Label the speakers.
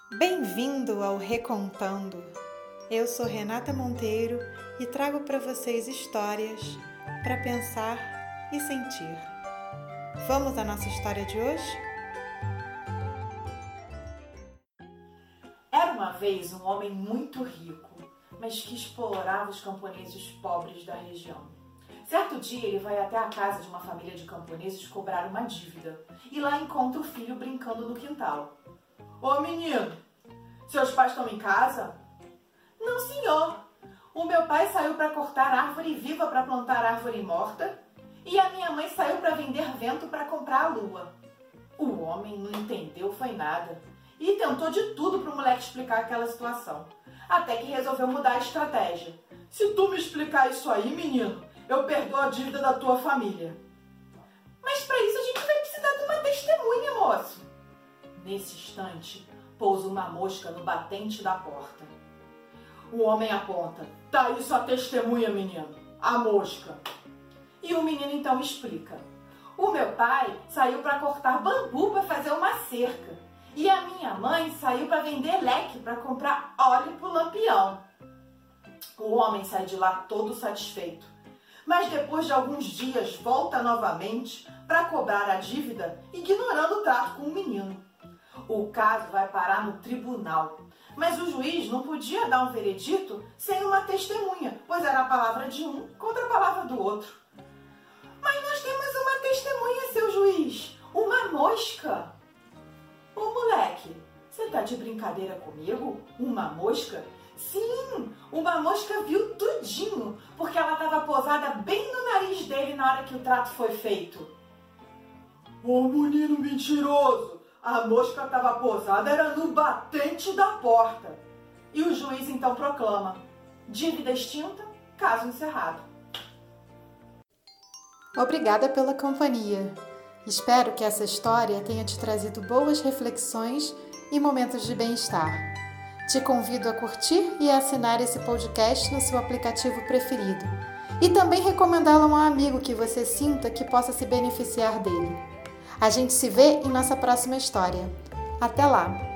Speaker 1: Bem-vindo ao Recontando! Eu sou Renata Monteiro e trago para vocês histórias para pensar e sentir. Vamos à nossa história de hoje?
Speaker 2: Era uma vez um homem muito rico, mas que explorava os camponeses pobres da região. Certo dia ele vai até a casa de uma família de camponeses cobrar uma dívida e lá encontra o filho brincando no quintal. Ô menino, seus pais estão em casa? Não, senhor. O meu pai saiu para cortar árvore viva para plantar árvore morta e a minha mãe saiu para vender vento para comprar a lua. O homem não entendeu foi nada e tentou de tudo para o moleque explicar aquela situação, até que resolveu mudar a estratégia. Se tu me explicar isso aí, menino, eu perdoo a dívida da tua família. Mas para isso a gente vai precisar de uma testemunha, moço. Nesse instante, pousa uma mosca no batente da porta. O homem aponta. Tá aí sua testemunha, menino. A mosca. E o menino então explica. O meu pai saiu para cortar bambu para fazer uma cerca. E a minha mãe saiu para vender leque para comprar óleo pro lampião. O homem sai de lá todo satisfeito. Mas depois de alguns dias volta novamente para cobrar a dívida, ignorando o trato com o menino. O caso vai parar no tribunal, mas o juiz não podia dar um veredito sem uma testemunha, pois era a palavra de um contra a palavra do outro. Mas nós temos uma testemunha, seu juiz, uma mosca. Ô moleque, você tá de brincadeira comigo? Uma mosca? Sim, uma mosca viu tudinho, porque ela estava posada bem no nariz dele na hora que o trato foi feito. Ô menino mentiroso, a mosca estava posada era no batente da porta. E o juiz então proclama: dívida extinta, caso encerrado.
Speaker 1: Obrigada pela companhia. Espero que essa história tenha te trazido boas reflexões e momentos de bem-estar. Te convido a curtir e a assinar esse podcast no seu aplicativo preferido e também recomendá-lo a um amigo que você sinta que possa se beneficiar dele. A gente se vê em nossa próxima história. Até lá!